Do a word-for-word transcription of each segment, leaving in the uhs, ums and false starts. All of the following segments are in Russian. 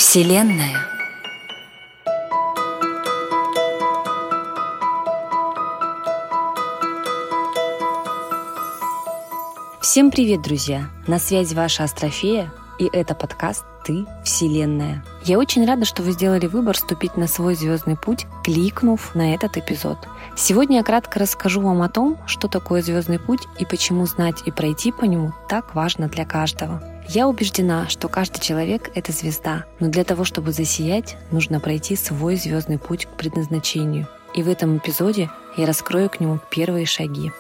Вселенная. Всем привет, друзья! На связи ваша Астрофея, и это подкаст «Ты – Вселенная». Я очень рада, что вы сделали выбор вступить на свой звездный путь, кликнув на этот эпизод. Сегодня я кратко расскажу вам о том, что такое звездный путь и почему знать и пройти по нему так важно для каждого. Я убеждена, что каждый человек — это звезда, но для того, чтобы засиять, нужно пройти свой звездный путь к предназначению. И в этом эпизоде я раскрою к нему первые шаги.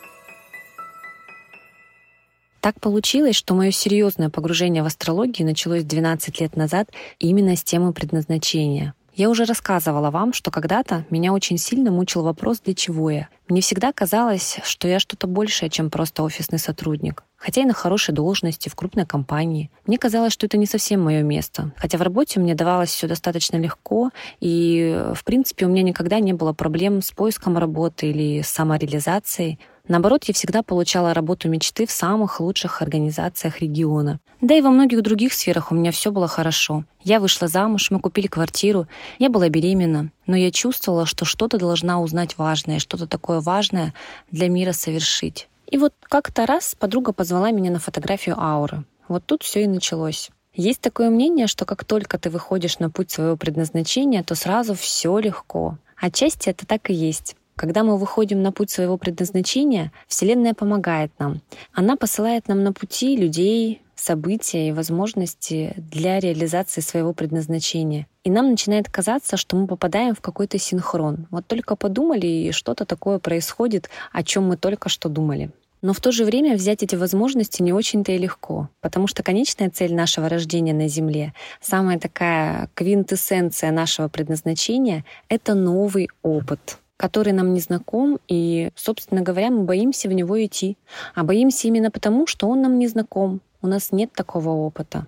Так получилось, что мое серьезное погружение в астрологию началось двенадцать лет назад именно с темы предназначения. Я уже рассказывала вам, что когда-то меня очень сильно мучил вопрос, для чего я. Мне всегда казалось, что я что-то большее, чем просто офисный сотрудник. Хотя и на хорошей должности, в крупной компании. Мне казалось, что это не совсем мое место. Хотя в работе мне давалось все достаточно легко, и, в принципе, у меня никогда не было проблем с поиском работы или с самореализацией. Наоборот, я всегда получала работу мечты в самых лучших организациях региона. Да и во многих других сферах у меня все было хорошо. Я вышла замуж, мы купили квартиру, я была беременна, но я чувствовала, что что-то должна узнать важное, что-то такое важное для мира совершить. И вот как-то раз подруга позвала меня на фотографию ауры. Вот тут все и началось. Есть такое мнение, что как только ты выходишь на путь своего предназначения, то сразу все легко. Отчасти это так и есть. Когда мы выходим на путь своего предназначения, Вселенная помогает нам. Она посылает нам на пути людей, события и возможности для реализации своего предназначения. И нам начинает казаться, что мы попадаем в какой-то синхрон. Вот только подумали, и что-то такое происходит, о чем мы только что думали. Но в то же время взять эти возможности не очень-то и легко, потому что конечная цель нашего рождения на Земле, самая такая квинтэссенция нашего предназначения — это новый опыт, который нам не знаком, и, собственно говоря, мы боимся в него идти. А боимся именно потому, что он нам не знаком. У нас нет такого опыта.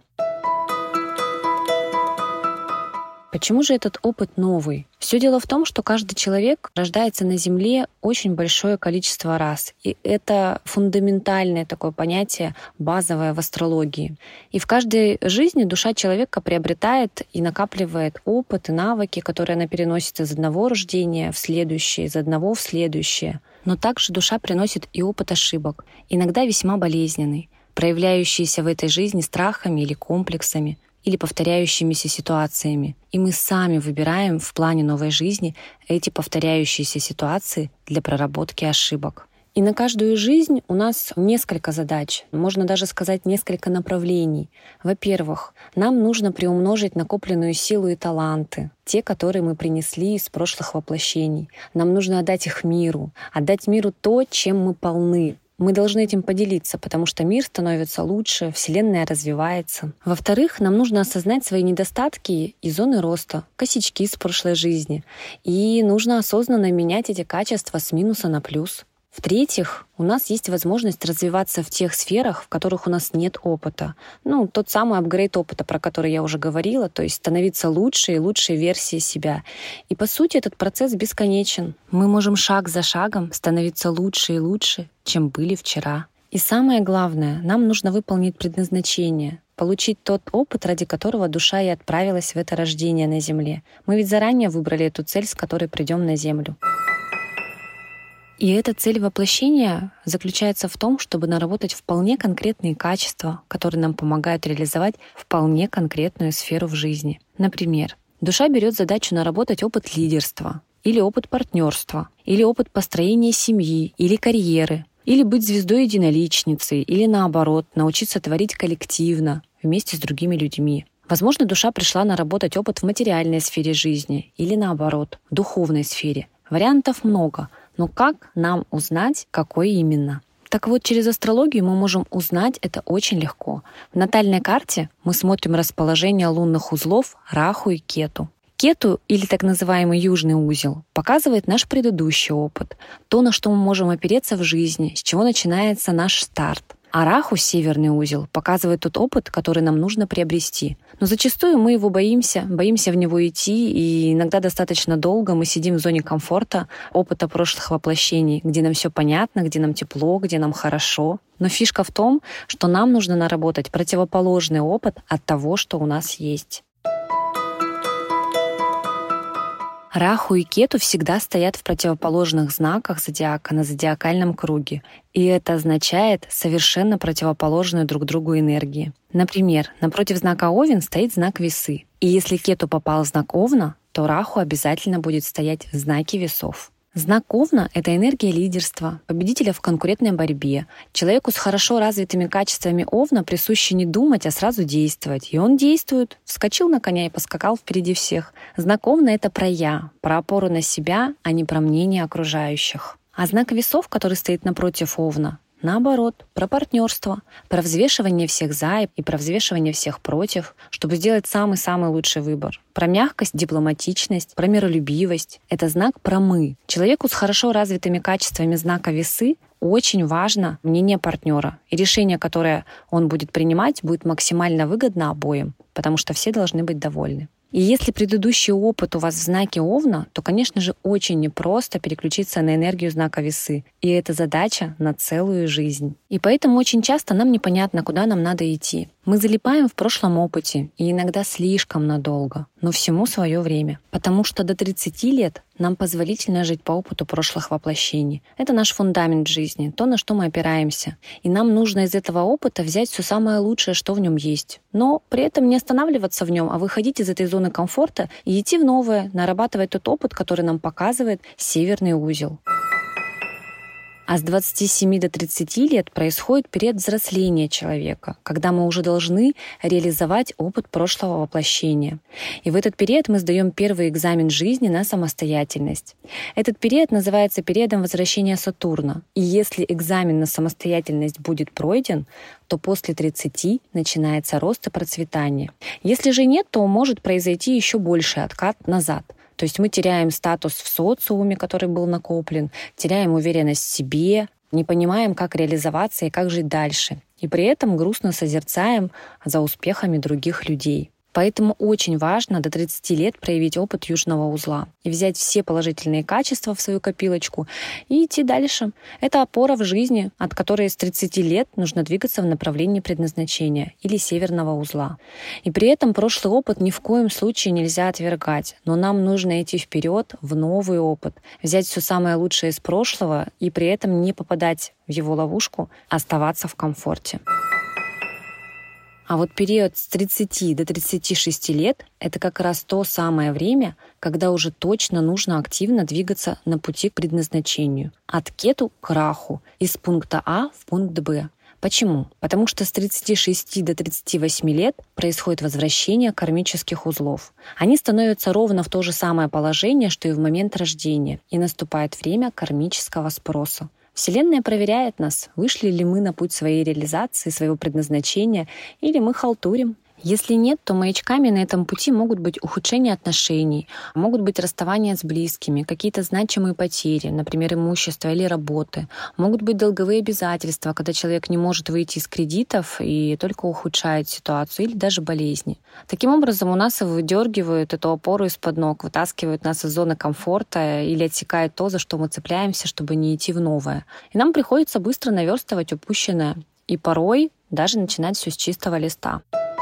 Почему же этот опыт новый? Все дело в том, что каждый человек рождается на Земле очень большое количество раз. И это фундаментальное такое понятие, базовое в астрологии. И в каждой жизни душа человека приобретает и накапливает опыт и навыки, которые она переносит из одного рождения в следующее, из одного в следующее. Но также душа приносит и опыт ошибок, иногда весьма болезненный, проявляющийся в этой жизни страхами или комплексами, или повторяющимися ситуациями. И мы сами выбираем в плане новой жизни эти повторяющиеся ситуации для проработки ошибок. И на каждую жизнь у нас несколько задач, можно даже сказать несколько направлений. Во-первых, нам нужно приумножить накопленную силу и таланты, те, которые мы принесли из прошлых воплощений. Нам нужно отдать их миру, отдать миру то, чем мы полны. Мы должны этим поделиться, потому что мир становится лучше, Вселенная развивается. Во-вторых, нам нужно осознать свои недостатки и зоны роста, косячки с прошлой жизни. И нужно осознанно менять эти качества с минуса на плюс. В-третьих, у нас есть возможность развиваться в тех сферах, в которых у нас нет опыта. Ну, тот самый апгрейд опыта, про который я уже говорила, то есть становиться лучше и лучшей версией себя. И по сути этот процесс бесконечен. Мы можем шаг за шагом становиться лучше и лучше, чем были вчера. И самое главное, нам нужно выполнить предназначение, получить тот опыт, ради которого душа и отправилась в это рождение на Земле. Мы ведь заранее выбрали эту цель, с которой придем на Землю. И эта цель воплощения заключается в том, чтобы наработать вполне конкретные качества, которые нам помогают реализовать вполне конкретную сферу в жизни. Например, душа берет задачу наработать опыт лидерства, или опыт партнерства, или опыт построения семьи, или карьеры, или быть звездой-единоличницей, или наоборот, научиться творить коллективно, вместе с другими людьми. Возможно, душа пришла наработать опыт в материальной сфере жизни, или наоборот, в духовной сфере. Вариантов много. Но как нам узнать, какой именно? Так вот, через астрологию мы можем узнать это очень легко. В натальной карте мы смотрим расположение лунных узлов Раху и Кету. Кету, или так называемый южный узел, показывает наш предыдущий опыт, то, на что мы можем опереться в жизни, с чего начинается наш старт. А Раху, северный узел, показывает тот опыт, который нам нужно приобрести. Но зачастую мы его боимся, боимся в него идти, и иногда достаточно долго мы сидим в зоне комфорта, опыта прошлых воплощений, где нам все понятно, где нам тепло, где нам хорошо. Но фишка в том, что нам нужно наработать противоположный опыт от того, что у нас есть. Раху и Кету всегда стоят в противоположных знаках зодиака на зодиакальном круге, и это означает совершенно противоположные друг другу энергии. Например, напротив знака Овен стоит знак Весы, и если Кету попал в знак Овна, то Раху обязательно будет стоять в знаке Весов. Знак Овна — это энергия лидерства, победителя в конкурентной борьбе. Человеку с хорошо развитыми качествами Овна присуще не думать, а сразу действовать. И он действует. Вскочил на коня и поскакал впереди всех. Знак Овна — это про «я», про опору на себя, а не про мнение окружающих. А знак Весов, который стоит напротив Овна, наоборот, про партнерство, про взвешивание всех за и про взвешивание всех против, чтобы сделать самый-самый лучший выбор. Про мягкость, дипломатичность, про миролюбивость. Это знак про «мы». Человеку с хорошо развитыми качествами знака Весы очень важно мнение партнера. И решение, которое он будет принимать, будет максимально выгодно обоим, потому что все должны быть довольны. И если предыдущий опыт у вас в знаке Овна, то, конечно же, очень непросто переключиться на энергию знака Весы. И это задача на целую жизнь. И поэтому очень часто нам непонятно, куда нам надо идти. Мы залипаем в прошлом опыте, и иногда слишком надолго, но всему свое время. Потому что до тридцати лет нам позволительно жить по опыту прошлых воплощений. Это наш фундамент жизни, то, на что мы опираемся. И нам нужно из этого опыта взять все самое лучшее, что в нем есть. Но при этом не останавливаться в нем, а выходить из этой зоны комфорта и идти в новое, нарабатывать тот опыт, который нам показывает северный узел. А с двадцати семи до тридцати лет происходит период взросления человека, когда мы уже должны реализовать опыт прошлого воплощения. И в этот период мы сдаем первый экзамен жизни на самостоятельность. Этот период называется периодом возвращения Сатурна. И если экзамен на самостоятельность будет пройден, то после тридцати начинается рост и процветание. Если же нет, то может произойти еще больший откат назад. То есть мы теряем статус в социуме, который был накоплен, теряем уверенность в себе, не понимаем, как реализоваться и как жить дальше. И при этом грустно созерцаем за успехами других людей. Поэтому очень важно до тридцати лет проявить опыт южного узла и взять все положительные качества в свою копилочку и идти дальше. Это опора в жизни, от которой с тридцати лет нужно двигаться в направлении предназначения или северного узла. И при этом прошлый опыт ни в коем случае нельзя отвергать, но нам нужно идти вперед в новый опыт, взять все самое лучшее из прошлого и при этом не попадать в его ловушку, а оставаться в комфорте. А вот период с тридцати до тридцати шести лет — это как раз то самое время, когда уже точно нужно активно двигаться на пути к предназначению. От Кету к Раху, из пункта А в пункт Б. Почему? Потому что с тридцати шести до тридцати восьми лет происходит возвращение кармических узлов. Они становятся ровно в то же самое положение, что и в момент рождения, и наступает время кармического спроса. Вселенная проверяет нас, вышли ли мы на путь своей реализации, своего предназначения, или мы халтурим. Если нет, то маячками на этом пути могут быть ухудшение отношений, могут быть расставания с близкими, какие-то значимые потери, например, имущества или работы. Могут быть долговые обязательства, когда человек не может выйти из кредитов и только ухудшает ситуацию, или даже болезни. Таким образом, у нас выдергивают эту опору из-под ног, вытаскивают нас из зоны комфорта или отсекают то, за что мы цепляемся, чтобы не идти в новое. И нам приходится быстро наверстывать упущенное и порой даже начинать все с чистого листа.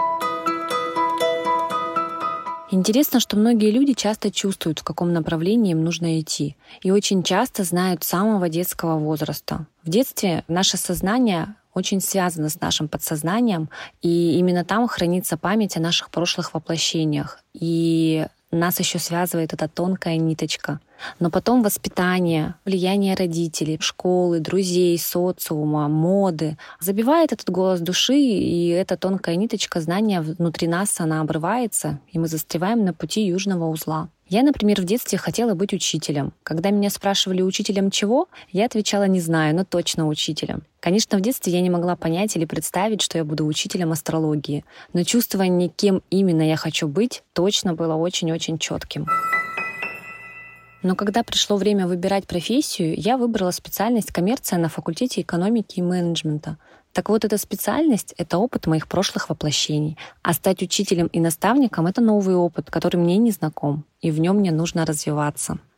Интересно, что многие люди часто чувствуют, в каком направлении им нужно идти, и очень часто знают с самого детского возраста. В детстве наше сознание очень связано с нашим подсознанием, и именно там хранится память о наших прошлых воплощениях. И нас еще связывает эта тонкая ниточка. Но потом воспитание, влияние родителей, школы, друзей, социума, моды забивает этот голос души, и эта тонкая ниточка знания внутри нас, она обрывается, и мы застреваем на пути южного узла. Я, например, в детстве хотела быть учителем. Когда меня спрашивали, учителем чего, я отвечала не знаю, но точно учителем. Конечно, в детстве я не могла понять или представить, что я буду учителем астрологии, но чувствование, кем именно я хочу быть, точно было очень-очень четким. Но когда пришло время выбирать профессию, я выбрала специальность коммерция на факультете экономики и менеджмента. Так вот, эта специальность — это опыт моих прошлых воплощений. А стать учителем и наставником — это новый опыт, который мне не знаком, и в нем мне нужно развиваться.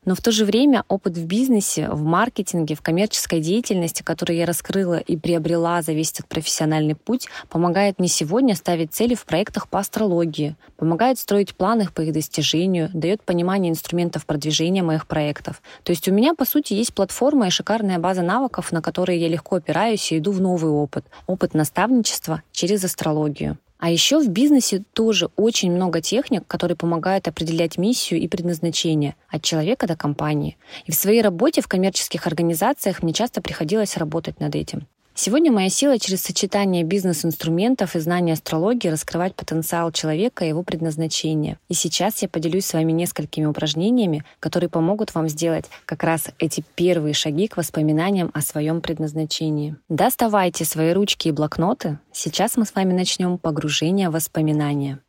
Но в то же время опыт в бизнесе, в маркетинге, в коммерческой деятельности, которую я раскрыла и приобрела за весь этот профессиональный путь, помогает мне сегодня ставить цели в проектах по астрологии, помогает строить планы по их достижению, дает понимание инструментов продвижения моих проектов. То есть у меня, по сути, есть платформа и шикарная база навыков, на которые я легко опираюсь и иду в новый опыт. Опыт наставничества через астрологию. А еще в бизнесе тоже очень много техник, которые помогают определять миссию и предназначение от человека до компании. И в своей работе в коммерческих организациях мне часто приходилось работать над этим. Сегодня моя сила через сочетание бизнес-инструментов и знания астрологии раскрывать потенциал человека и его предназначение. И сейчас я поделюсь с вами несколькими упражнениями, которые помогут вам сделать как раз эти первые шаги к воспоминаниям о своем предназначении. Доставайте свои ручки и блокноты. Сейчас мы с вами начнем погружение в воспоминания.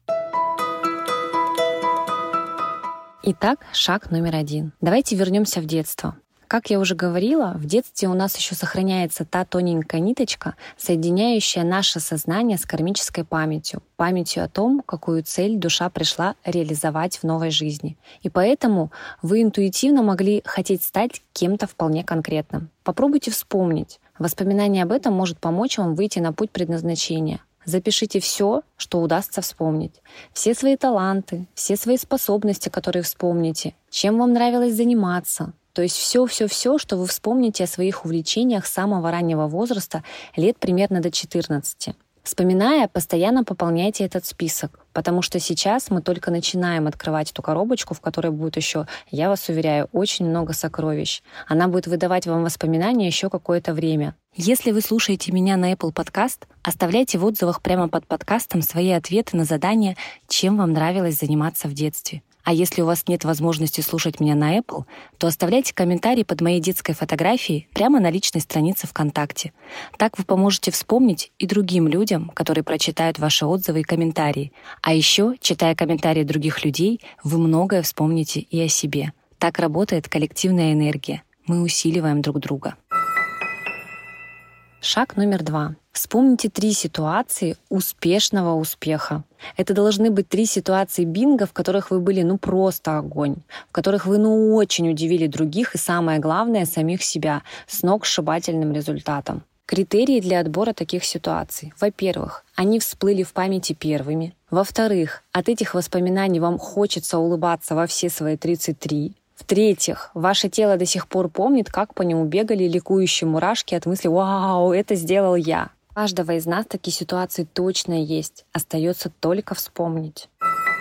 Итак, шаг номер один. Давайте вернемся в детство. Как я уже говорила, в детстве у нас еще сохраняется та тоненькая ниточка, соединяющая наше сознание с кармической памятью, памятью о том, какую цель душа пришла реализовать в новой жизни. И поэтому вы интуитивно могли хотеть стать кем-то вполне конкретным. Попробуйте вспомнить. Воспоминание об этом может помочь вам выйти на путь предназначения. Запишите все, что удастся вспомнить. Все свои таланты, все свои способности, которые вспомните, чем вам нравилось заниматься. То есть все-все-все, что вы вспомните о своих увлечениях с самого раннего возраста, лет примерно до четырнадцати. Вспоминая, постоянно пополняйте этот список, потому что сейчас мы только начинаем открывать эту коробочку, в которой будет еще, я вас уверяю, очень много сокровищ. Она будет выдавать вам воспоминания еще какое-то время. Если вы слушаете меня на Apple Podcast, оставляйте в отзывах прямо под подкастом свои ответы на задание, чем вам нравилось заниматься в детстве. А если у вас нет возможности слушать меня на Apple, то оставляйте комментарий под моей детской фотографией прямо на личной странице ВКонтакте. Так вы поможете вспомнить и другим людям, которые прочитают ваши отзывы и комментарии. А еще, читая комментарии других людей, вы многое вспомните и о себе. Так работает коллективная энергия. Мы усиливаем друг друга. Шаг номер два. Вспомните три ситуации успешного успеха. Это должны быть три ситуации бинго, в которых вы были ну просто огонь, в которых вы ну очень удивили других и, самое главное, самих себя сногсшибательным результатом. Критерии для отбора таких ситуаций. Во-первых, они всплыли в памяти первыми. Во-вторых, от этих воспоминаний вам хочется улыбаться во все свои тридцать три. В-третьих, ваше тело до сих пор помнит, как по нему бегали ликующие мурашки от мысли «Вау, это сделал я». У каждого из нас такие ситуации точно есть. Остается только вспомнить.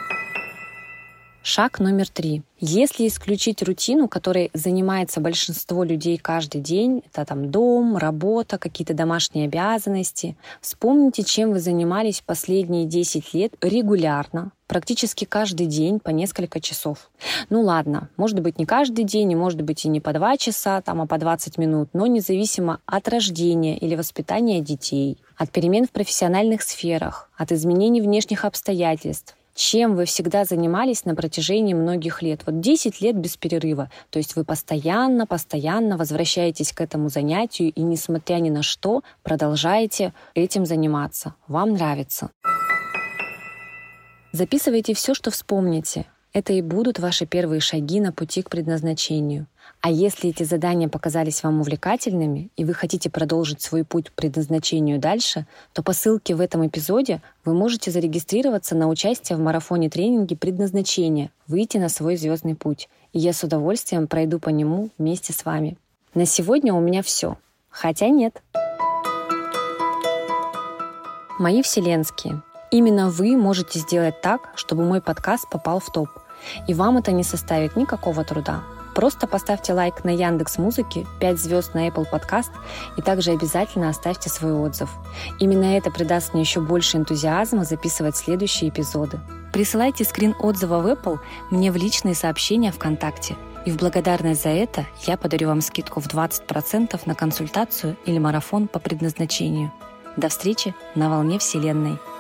Шаг номер три. Если исключить рутину, которой занимается большинство людей каждый день, это там дом, работа, какие-то домашние обязанности, вспомните, чем вы занимались последние десять лет регулярно, практически каждый день по несколько часов. Ну ладно, может быть не каждый день, и может быть и не по два часа, там, а по двадцать минут, но независимо от рождения или воспитания детей, от перемен в профессиональных сферах, от изменений внешних обстоятельств, чем вы всегда занимались на протяжении многих лет. Вот десять лет без перерыва. То есть вы постоянно, постоянно возвращаетесь к этому занятию и, несмотря ни на что, продолжаете этим заниматься. Вам нравится. Записывайте все, что вспомните. Это и будут ваши первые шаги на пути к предназначению. А если эти задания показались вам увлекательными, и вы хотите продолжить свой путь к предназначению дальше, то по ссылке в этом эпизоде вы можете зарегистрироваться на участие в марафоне тренинге предназначения, выйти на свой звездный путь. И я с удовольствием пройду по нему вместе с вами. На сегодня у меня все. Хотя нет. Мои вселенские. Именно вы можете сделать так, чтобы мой подкаст попал в топ. И вам это не составит никакого труда. Просто поставьте лайк на Яндекс.Музыке, пять звезд на Apple Podcast и также обязательно оставьте свой отзыв. Именно это придаст мне еще больше энтузиазма записывать следующие эпизоды. Присылайте скрин отзыва в Apple мне в личные сообщения ВКонтакте. И в благодарность за это я подарю вам скидку в двадцать процентов на консультацию или марафон по предназначению. До встречи на волне Вселенной.